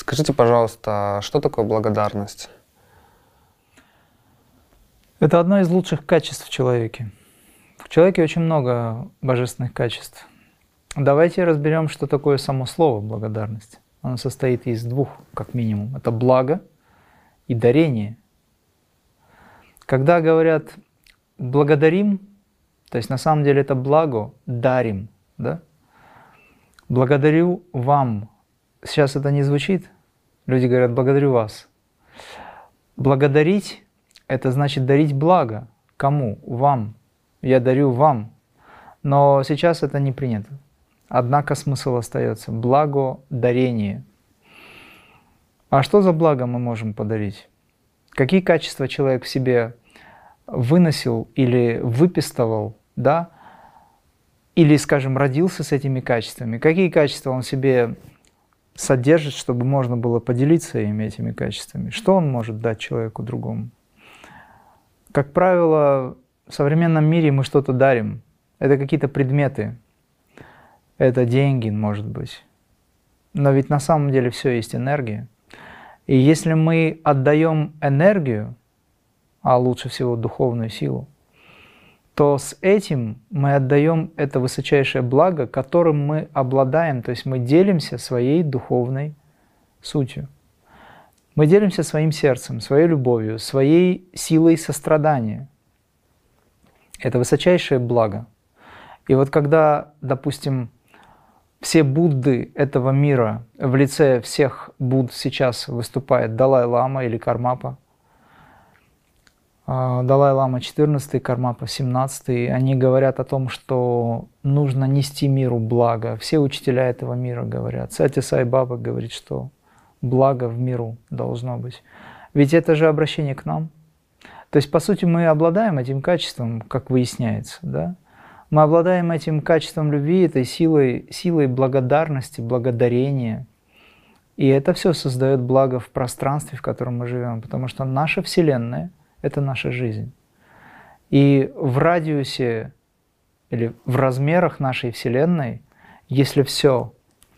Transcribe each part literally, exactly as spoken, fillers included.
Скажите, пожалуйста, что такое благодарность? Это одно из лучших качеств в человеке. В человеке очень много божественных качеств. Давайте разберем, что такое само слово «благодарность». Оно состоит из двух, как минимум. Это благо и дарение. Когда говорят «благодарим», то есть на самом деле это благо дарим, да? «Благодарю вам». Сейчас это не звучит. Люди говорят «благодарю вас». Благодарить – это значит дарить благо. Кому? Вам. Я дарю вам. Но сейчас это не принято. Однако смысл остается. Благодарение. А что за благо мы можем подарить? Какие качества человек в себе выносил или выпистывал, да? Или, скажем, родился с этими качествами? Какие качества он в себе содержит, чтобы можно было поделиться ими, этими качествами? Что он может дать человеку другому? Как правило, в современном мире мы что-то дарим. Это какие-то предметы, это деньги, может быть. Но ведь на самом деле все есть энергия. И если мы отдаем энергию, а лучше всего духовную силу, то с этим мы отдаем это высочайшее благо, которым мы обладаем, то есть мы делимся своей духовной сутью. Мы делимся своим сердцем, своей любовью, своей силой сострадания. Это высочайшее благо. И вот когда, допустим, все Будды этого мира, в лице всех Будд сейчас выступает Далай-лама или Кармапа, Далай-лама четырнадцатый, Кармапа семнадцатый, они говорят о том, что нужно нести миру благо. Все учителя этого мира говорят. Сати Сай Баба говорит, что благо в миру должно быть. Ведь это же обращение к нам. То есть, по сути, мы обладаем этим качеством, как выясняется, да? Мы обладаем этим качеством любви, этой силой, силой благодарности, благодарения. И это все создает благо в пространстве, в котором мы живем, потому что наша Вселенная – это наша жизнь. И в радиусе или в размерах нашей Вселенной, если все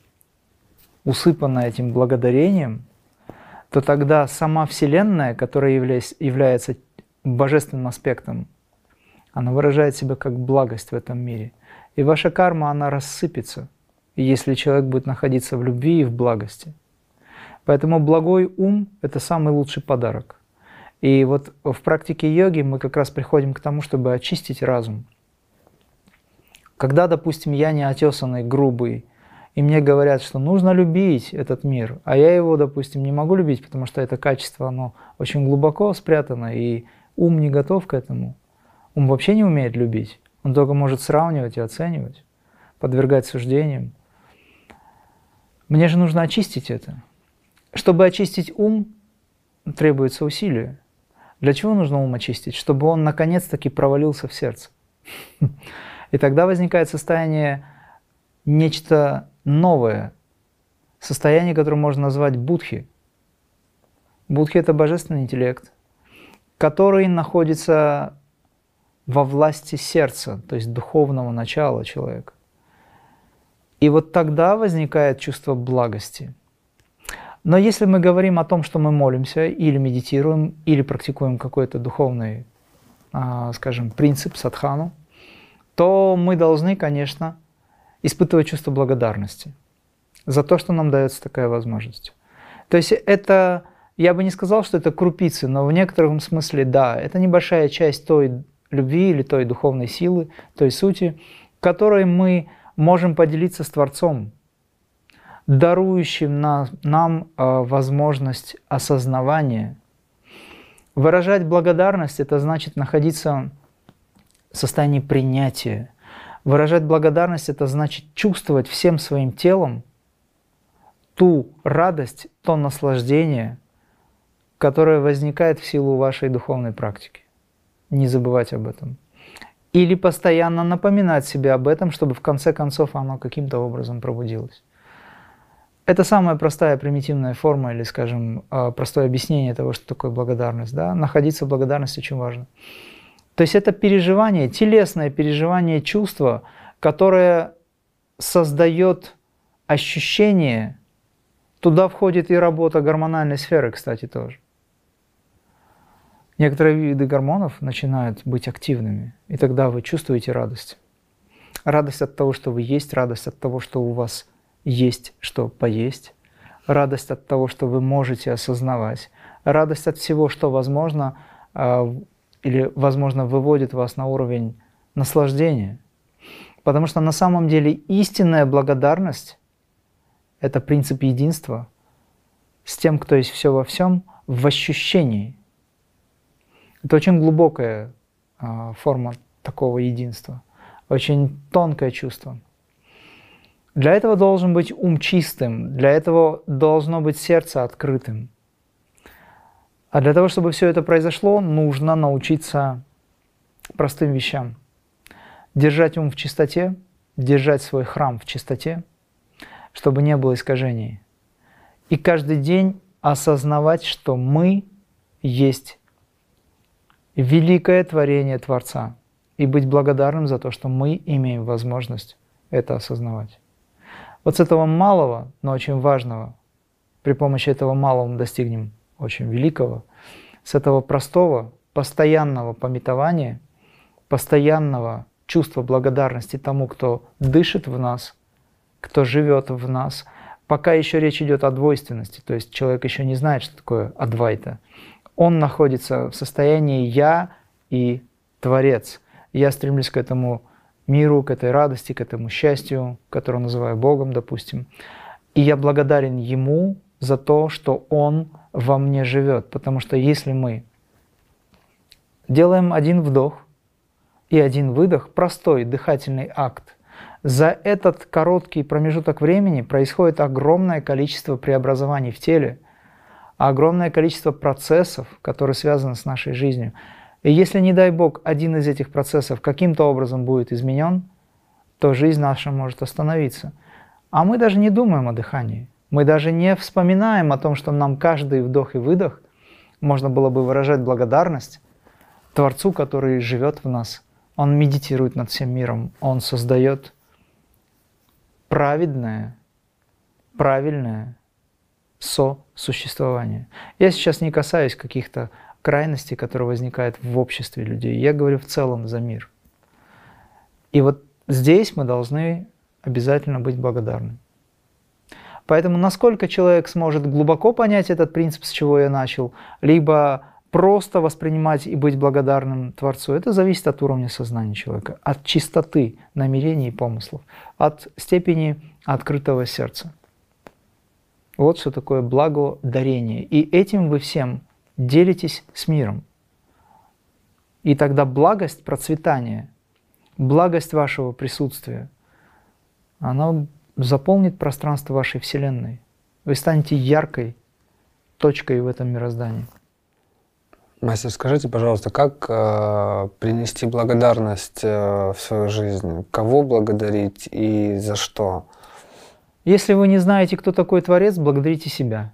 усыпано этим благодарением, то тогда сама Вселенная, которая является, является божественным аспектом, она выражает себя как благость в этом мире. И ваша карма, она рассыпется, если человек будет находиться в любви и в благости. Поэтому благой ум – это самый лучший подарок. И вот в практике йоги мы как раз приходим к тому, чтобы очистить разум. Когда, допустим, я неотесанный, грубый, и мне говорят, что нужно любить этот мир, а я его, допустим, не могу любить, потому что это качество, оно очень глубоко спрятано, и ум не готов к этому. Ум вообще не умеет любить. Он только может сравнивать и оценивать, подвергать суждениям. Мне же нужно очистить это. Чтобы очистить ум, требуется усилие. Для чего нужно ум очистить? Чтобы он наконец-таки провалился в сердце. И тогда возникает состояние нечто новое, состояние, которое можно назвать будхи. Будхи – это божественный интеллект, который находится во власти сердца, то есть духовного начала человека. И вот тогда возникает чувство благости. Но если мы говорим о том, что мы молимся, или медитируем, или практикуем какой-то духовный, скажем, принцип, садхану, то мы должны, конечно, испытывать чувство благодарности за то, что нам дается такая возможность. То есть это, я бы не сказал, что это крупицы, но в некотором смысле да, это небольшая часть той любви или той духовной силы, той сути, которой мы можем поделиться с Творцом, дарующим на, нам э, возможность осознавания. Выражать благодарность – это значит находиться в состоянии принятия. Выражать благодарность – это значит чувствовать всем своим телом ту радость, то наслаждение, которое возникает в силу вашей духовной практики. Не забывать об этом. Или постоянно напоминать себе об этом, чтобы в конце концов оно каким-то образом пробудилось. Это самая простая примитивная форма, или, скажем, простое объяснение того, что такое благодарность. Да? Находиться в благодарности очень важно. То есть это переживание, телесное переживание чувства, которое создает ощущение Туда входит и работа гормональной сферы, кстати, тоже. Некоторые виды гормонов начинают быть активными, и тогда вы чувствуете радость. Радость от того, что вы есть, радость от того, что у вас есть что поесть, радость от того, что вы можете осознавать, радость от всего, что возможно или, возможно, выводит вас на уровень наслаждения. Потому что на самом деле истинная благодарность – это принцип единства с тем, кто есть все во всем, в ощущении. Это очень глубокая а, форма такого единства, очень тонкое чувство. Для этого должен быть ум чистым, для этого должно быть сердце открытым. А для того, чтобы все это произошло, нужно научиться простым вещам. Держать ум в чистоте, держать свой храм в чистоте, чтобы не было искажений. И каждый день осознавать, что мы есть великое творение Творца, и быть благодарным за то, что мы имеем возможность это осознавать. Вот с этого малого, но очень важного, при помощи этого малого мы достигнем очень великого, с этого простого, постоянного памятования, постоянного чувства благодарности тому, кто дышит в нас, кто живет в нас, пока еще речь идет о двойственности, то есть человек еще не знает, что такое адвайта. Он находится в состоянии «я» и «творец». Я стремлюсь к этому миру, к этой радости, к этому счастью, которое называю Богом, допустим. И я благодарен Ему за то, что Он во мне живет. Потому что если мы делаем один вдох и один выдох, простой дыхательный акт, за этот короткий промежуток времени происходит огромное количество преобразований в теле, огромное количество процессов, которые связаны с нашей жизнью. И если, не дай Бог, один из этих процессов каким-то образом будет изменен, то жизнь наша может остановиться. А мы даже не думаем о дыхании. Мы даже не вспоминаем о том, что нам каждый вдох и выдох можно было бы выражать благодарность Творцу, который живет в нас. Он медитирует над всем миром, Он создает праведное, правильное сосуществование. Я сейчас не касаюсь каких-то крайностей, которые возникают в обществе людей. Я говорю в целом за мир. И вот здесь мы должны обязательно быть благодарны. Поэтому насколько человек сможет глубоко понять этот принцип, с чего я начал, либо просто воспринимать и быть благодарным Творцу, это зависит от уровня сознания человека, от чистоты намерений и помыслов, от степени открытого сердца. Вот что такое благодарение. И этим вы всем делитесь с миром. И тогда благость процветания, благость вашего присутствия, она заполнит пространство вашей Вселенной. Вы станете яркой точкой в этом мироздании. Мастер, скажите, пожалуйста, как э, принести благодарность э, в свою жизнь? Кого благодарить и за что? Если вы не знаете, кто такой Творец, благодарите себя.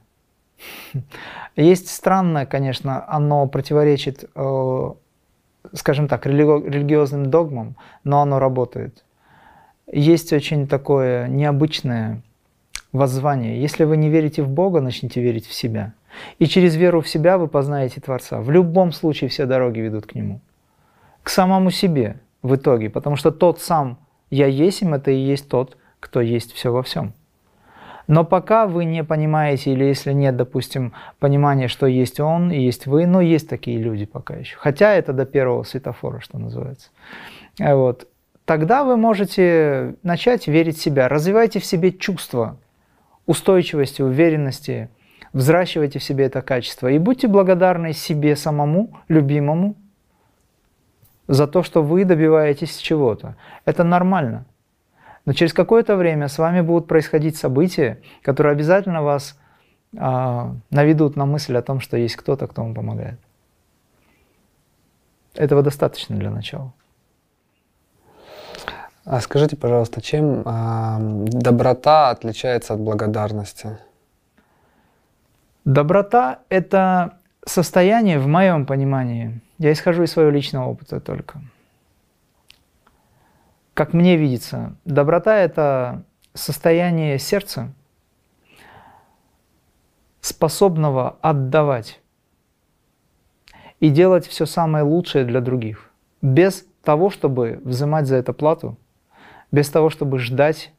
Есть странное, конечно, оно противоречит, э, скажем так, религи- религиозным догмам, но оно работает. Есть очень такое необычное воззвание. Если вы не верите в Бога, начните верить в себя. И через веру в себя вы познаете Творца. В любом случае все дороги ведут к Нему. К самому себе в итоге. Потому что тот сам «Я есмь» — это и есть тот, кто есть все во всем. Но пока вы не понимаете, или если нет, допустим, понимания, что есть Он и есть вы, но есть такие люди пока еще. Хотя это до первого светофора, что называется. Вот. Тогда вы можете начать верить в себя. Развивайте в себе чувство устойчивости, уверенности, взращивайте в себе это качество. И будьте благодарны себе самому, любимому, за то, что вы добиваетесь чего-то. Это нормально. Но через какое-то время с вами будут происходить события, которые обязательно вас а, наведут на мысль о том, что есть кто-то, кто вам помогает. Этого достаточно для начала. А скажите, пожалуйста, чем э, доброта отличается от благодарности? Доброта – это состояние, в моем понимании, я исхожу из своего личного опыта только. Как мне видится, доброта – это состояние сердца, способного отдавать и делать все самое лучшее для других, без того, чтобы взимать за это плату, без того, чтобы ждать,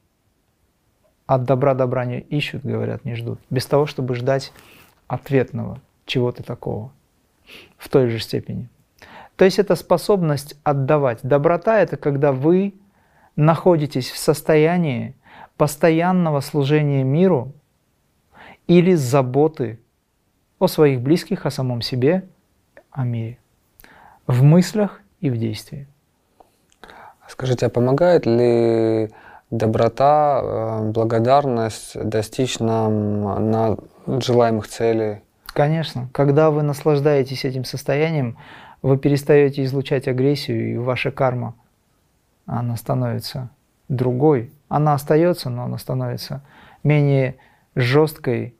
от добра добра не ищут, говорят, не ждут, без того, чтобы ждать ответного чего-то такого в той же степени. То есть это способность отдавать. Доброта – это когда вы находитесь в состоянии постоянного служения миру или заботы о своих близких, о самом себе, о мире, в мыслях и в действии. Скажите, а помогает ли доброта, благодарность достичь нам на желаемых целей? Конечно. Когда вы наслаждаетесь этим состоянием, вы перестаете излучать агрессию, и ваша карма, она становится другой. Она остается, но она становится менее жесткой,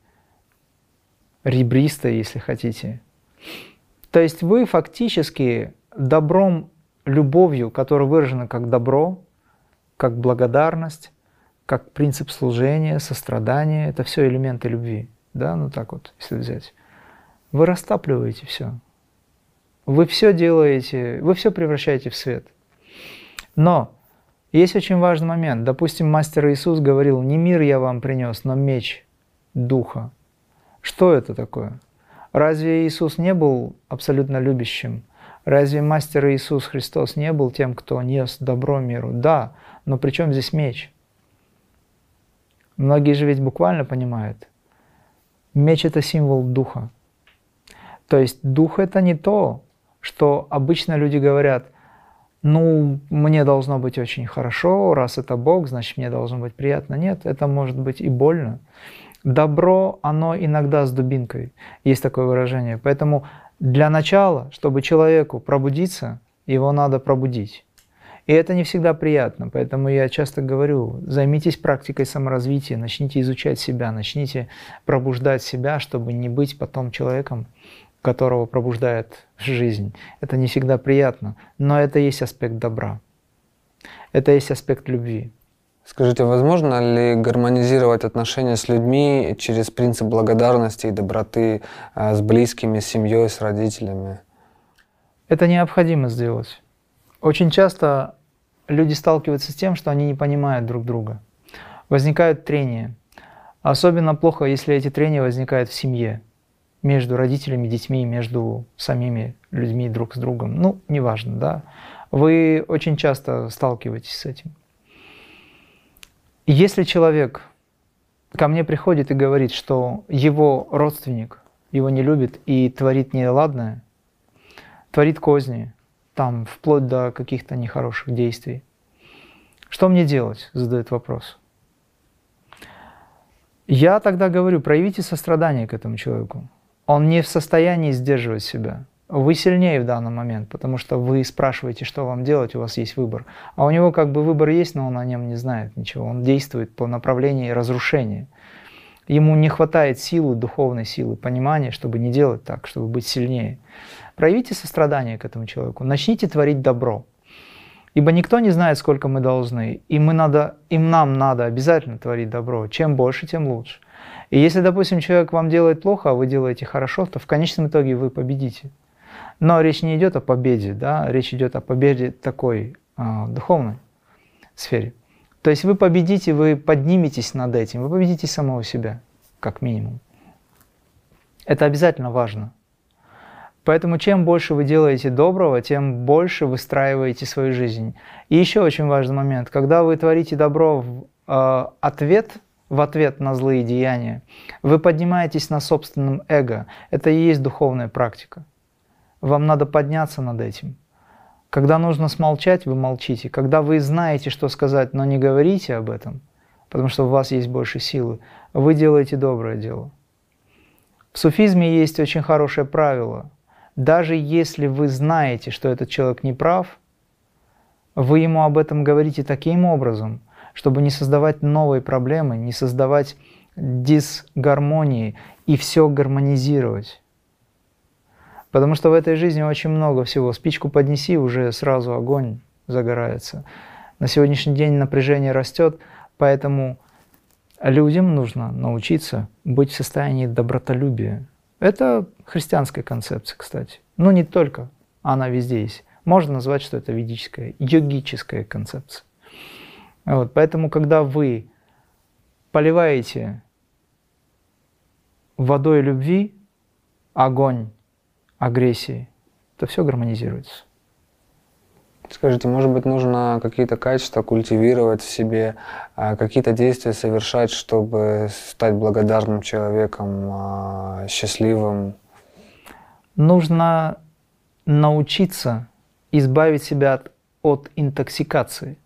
ребристой, если хотите. То есть вы фактически добром, любовью, которая выражена как добро, как благодарность, как принцип служения, сострадания, это все элементы любви. Да, ну так вот, если взять. Вы растапливаете все. Вы все делаете, вы все превращаете в свет. Но есть очень важный момент. Допустим, Мастер Иисус говорил: не мир я вам принес, но меч Духа. Что это такое? Разве Иисус не был абсолютно любящим? Разве Мастер Иисус Христос не был тем, кто нес добро миру? Да, но при чем здесь меч? Многие же ведь буквально понимают. Меч – это символ Духа. То есть Дух – это не то, что обычно люди говорят: ну, мне должно быть очень хорошо, раз это Бог, значит, мне должно быть приятно. Нет, это может быть и больно. Добро, оно иногда с дубинкой, есть такое выражение. Поэтому для начала, чтобы человеку пробудиться, его надо пробудить. И это не всегда приятно, поэтому я часто говорю: займитесь практикой саморазвития, начните изучать себя, начните пробуждать себя, чтобы не быть потом человеком, которого пробуждает жизнь. Это не всегда приятно, но это есть аспект добра, это есть аспект любви. Скажите, возможно ли гармонизировать отношения с людьми через принцип благодарности и доброты с близкими, с семьей, с родителями? Это необходимо сделать. Очень часто люди сталкиваются с тем, что они не понимают друг друга. Возникают трения. Особенно плохо, если эти трения возникают в семье, между родителями, детьми, между самими людьми друг с другом. Ну, неважно, да. Вы очень часто сталкиваетесь с этим. Если человек ко мне приходит и говорит, что его родственник его не любит и творит неладное, творит козни, там, вплоть до каких-то нехороших действий, что мне делать, задает вопрос. Я тогда говорю: проявите сострадание к этому человеку. Он не в состоянии сдерживать себя. Вы сильнее в данный момент, потому что вы спрашиваете, что вам делать, у вас есть выбор. А у него как бы выбор есть, но он о нем не знает ничего. Он действует по направлению разрушения. Ему не хватает силы, духовной силы, понимания, чтобы не делать так, чтобы быть сильнее. Проявите сострадание к этому человеку. Начните творить добро. Ибо никто не знает, сколько мы должны. И мы надо, им нам надо обязательно творить добро. Чем больше, тем лучше. И если, допустим, человек вам делает плохо, а вы делаете хорошо, то в конечном итоге вы победите. Но речь не идет о победе, да? Речь идет о победе такой э, духовной сфере. То есть вы победите, вы подниметесь над этим, вы победите самого себя, как минимум. Это обязательно важно. Поэтому чем больше вы делаете доброго, тем больше выстраиваете свою жизнь. И еще очень важный момент. Когда вы творите добро в э, ответ, в ответ на злые деяния, вы поднимаетесь на собственном эго. Это и есть духовная практика. Вам надо подняться над этим. Когда нужно смолчать, вы молчите. Когда вы знаете, что сказать, но не говорите об этом, потому что у вас есть больше силы, вы делаете доброе дело. В суфизме есть очень хорошее правило. Даже если вы знаете, что этот человек не прав, вы ему об этом говорите таким образом, чтобы не создавать новые проблемы, не создавать дисгармонии и все гармонизировать. Потому что в этой жизни очень много всего. Спичку поднеси, уже сразу огонь загорается. На сегодняшний день напряжение растет, поэтому Людям нужно научиться быть в состоянии добротолюбия. Это христианская концепция, кстати. Но не только, она везде есть. Можно назвать, что это ведическая, йогическая концепция. Вот, поэтому, когда вы поливаете водой любви огонь агрессии, то все гармонизируется. Скажите, может быть, нужно какие-то качества культивировать в себе, какие-то действия совершать, чтобы стать благодарным человеком, счастливым? Нужно научиться избавить себя от, от интоксикации,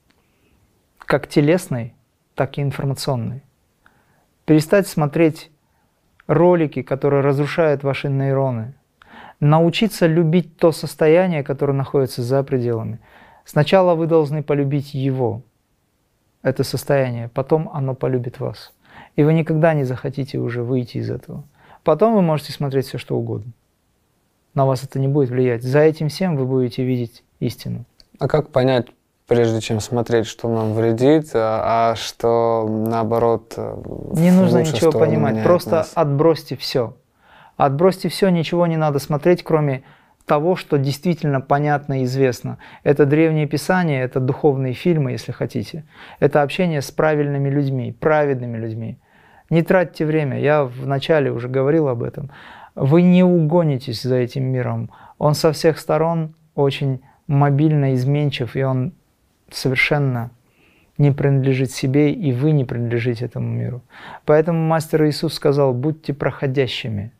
как телесной, так и информационной. Перестать смотреть ролики, которые разрушают ваши нейроны. Научиться любить то состояние, которое находится за пределами. Сначала вы должны полюбить его, это состояние, потом оно полюбит вас. И вы никогда не захотите уже выйти из этого. Потом вы можете смотреть все, что угодно. На вас это не будет влиять. За этим всем вы будете видеть истину. А как понять, прежде чем смотреть, что нам вредит, а, а что наоборот не нужно ничего понимать, просто нас? Отбросьте все. Отбросьте все, ничего не надо смотреть, кроме того, что действительно понятно и известно. Это древние писания, это духовные фильмы, если хотите. Это общение с правильными людьми, праведными людьми. Не тратьте время, я вначале уже говорил об этом. Вы не угонитесь за этим миром. Он со всех сторон очень мобильно изменчив, и он совершенно не принадлежит себе, и вы не принадлежите этому миру. Поэтому Мастер Иисус сказал: будьте проходящими.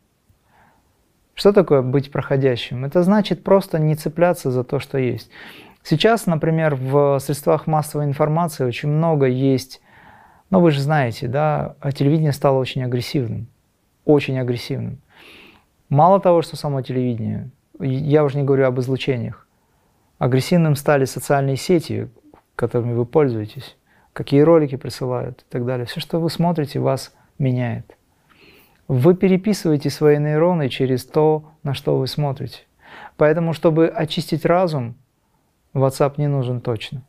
Что такое быть проходящим? Это значит просто не цепляться за то, что есть. Сейчас, например, в средствах массовой информации очень много есть, ну вы же знаете, да, телевидение стало очень агрессивным, очень агрессивным. Мало того, что само телевидение, я уже не говорю об излучениях, агрессивным стали социальные сети, которыми вы пользуетесь, какие ролики присылают и так далее. Все, что вы смотрите, вас меняет. Вы переписываете свои нейроны через то, на что вы смотрите. Поэтому, чтобы очистить разум, WhatsApp не нужен точно.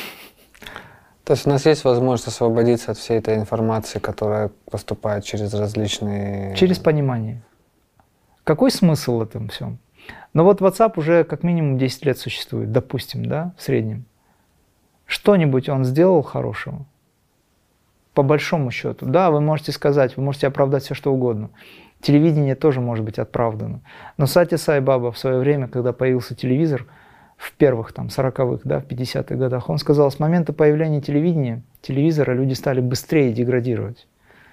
То есть у нас есть возможность освободиться от всей этой информации, которая поступает через различные... Через понимание. Какой смысл в этом всем? Но вот WhatsApp уже как минимум десять лет существует, допустим, да, в среднем. Что-нибудь он сделал хорошего? По большому счету. Да, вы можете сказать, вы можете оправдать все, что угодно. Телевидение тоже может быть оправдано. Но Сати Сай Баба в свое время, когда появился телевизор, в первых там сороковых, да, в пятидесятых годах, он сказал, с момента появления телевидения, телевизора, люди стали быстрее деградировать.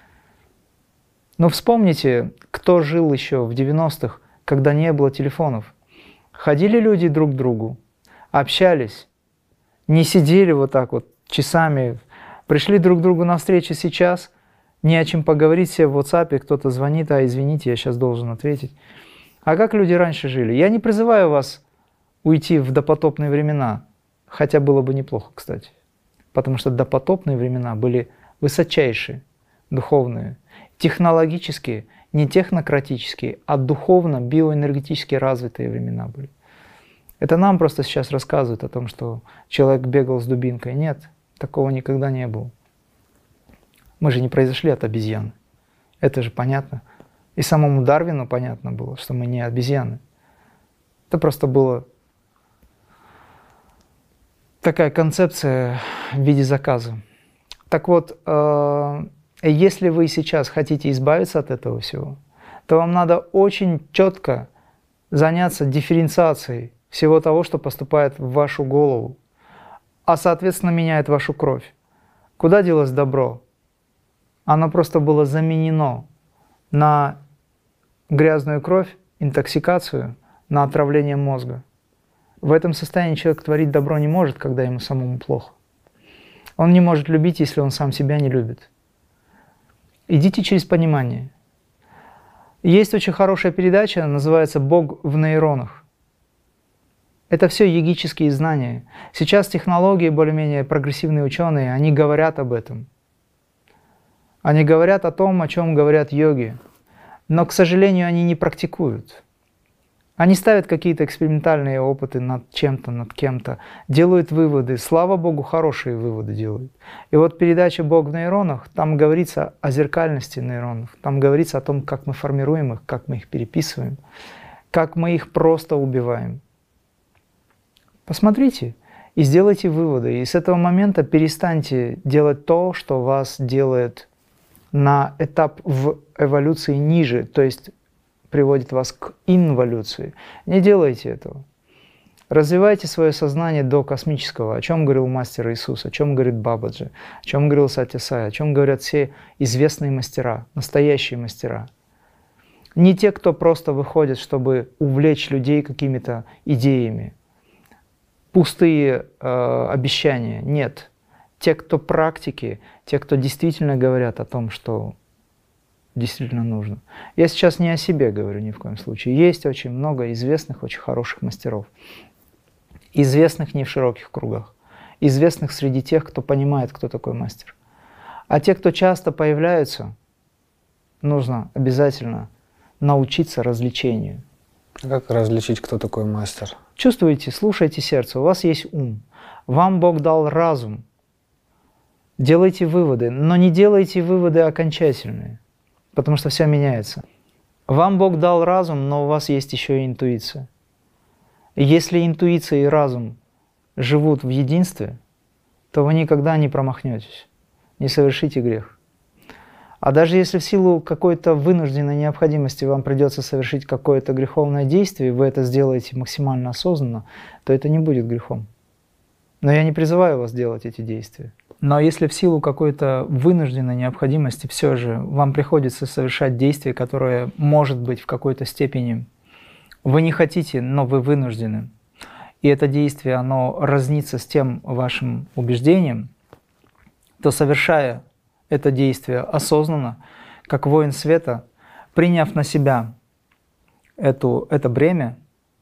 Но вспомните, кто жил еще в девяностых, когда не было телефонов. Ходили люди друг к другу, общались, не сидели вот так вот часами, пришли друг к другу навстречу сейчас, не о чем поговорить, все в WhatsApp, кто-то звонит, а извините, я сейчас должен ответить. А как люди раньше жили? Я не призываю вас уйти в допотопные времена, хотя было бы неплохо, кстати, потому что допотопные времена были высочайшие, духовные, технологические, не технократические, а духовно, биоэнергетически развитые времена были. Это нам просто сейчас рассказывают о том, что человек бегал с дубинкой. Нет, такого никогда не было. Мы же не произошли от обезьяны. Это же понятно. И самому Дарвину понятно было, что мы не обезьяны. Это просто была такая концепция в виде заказа. Так вот, э, если вы сейчас хотите избавиться от этого всего, то вам надо очень четко заняться дифференциацией всего того, что поступает в вашу голову, а соответственно меняет вашу кровь. Куда делось добро? Оно просто было заменено на грязную кровь, интоксикацию, на отравление мозга. В этом состоянии человек творить добро не может, когда ему самому плохо. Он не может любить, если он сам себя не любит. Идите через понимание. Есть очень хорошая передача, называется «Бог в нейронах». Это все йогические знания. Сейчас технологии, более-менее прогрессивные ученые, они говорят об этом. Они говорят о том, о чем говорят йоги. Но, к сожалению, они не практикуют. Они ставят какие-то экспериментальные опыты над чем-то, над кем-то, делают выводы. Слава Богу, хорошие выводы делают. И вот передача «Бог в нейронах», там говорится о зеркальности нейронов, там говорится о том, как мы формируем их, как мы их переписываем, как мы их просто убиваем. Посмотрите и сделайте выводы. И с этого момента перестаньте делать то, что вас делает на этап в эволюции ниже, то есть приводит вас к инволюции. Не делайте этого. Развивайте свое сознание до космического, о чем говорил мастер Иисус, о чем говорит Бабаджи, о чем говорил Сатья Сай, о чем говорят все известные мастера, настоящие мастера. Не те, кто просто выходит, чтобы увлечь людей какими-то идеями, пустые э, обещания. Нет. Те, кто практики, те, кто действительно говорят о том, что действительно нужно. Я сейчас не о себе говорю ни в коем случае. Есть очень много известных, очень хороших мастеров. Известных не в широких кругах. Известных среди тех, кто понимает, кто такой мастер. А те, кто часто появляются, нужно обязательно научиться развлечению. Как различить, кто такой мастер? Чувствуете, слушайте сердце, у вас есть ум. Вам Бог дал разум. Делайте выводы, но не делайте выводы окончательные, потому что все меняется. Вам Бог дал разум, но у вас есть еще и интуиция. И если интуиция и разум живут в единстве, то вы никогда не промахнетесь, не совершите грех. А даже если в силу какой-то вынужденной необходимости вам придется совершить какое-то греховное действие, и вы это сделаете максимально осознанно, то это не будет грехом. Но я не призываю вас делать эти действия. Но если в силу какой-то вынужденной необходимости все же вам приходится совершать действие, которое может быть в какой-то степени вы не хотите, но вы вынуждены, и это действие, оно разнится с тем вашим убеждением, то, совершая это действие осознанно, как воин света, приняв на себя эту, это бремя,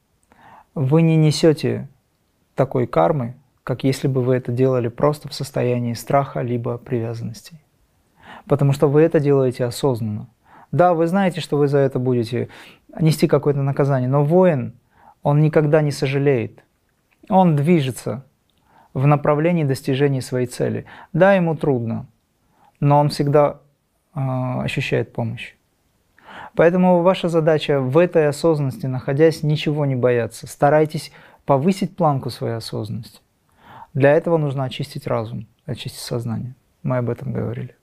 вы не несете такой кармы, как если бы вы это делали просто в состоянии страха либо привязанности. Потому что вы это делаете осознанно. Да, вы знаете, что вы за это будете нести какое-то наказание, но воин, он никогда не сожалеет. Он движется в направлении достижения своей цели. Да, ему трудно, но он всегда э, ощущает помощь. Поэтому ваша задача в этой осознанности, находясь, ничего не бояться. Старайтесь повысить планку своей осознанности. Для этого нужно очистить разум, очистить сознание. Мы об этом говорили.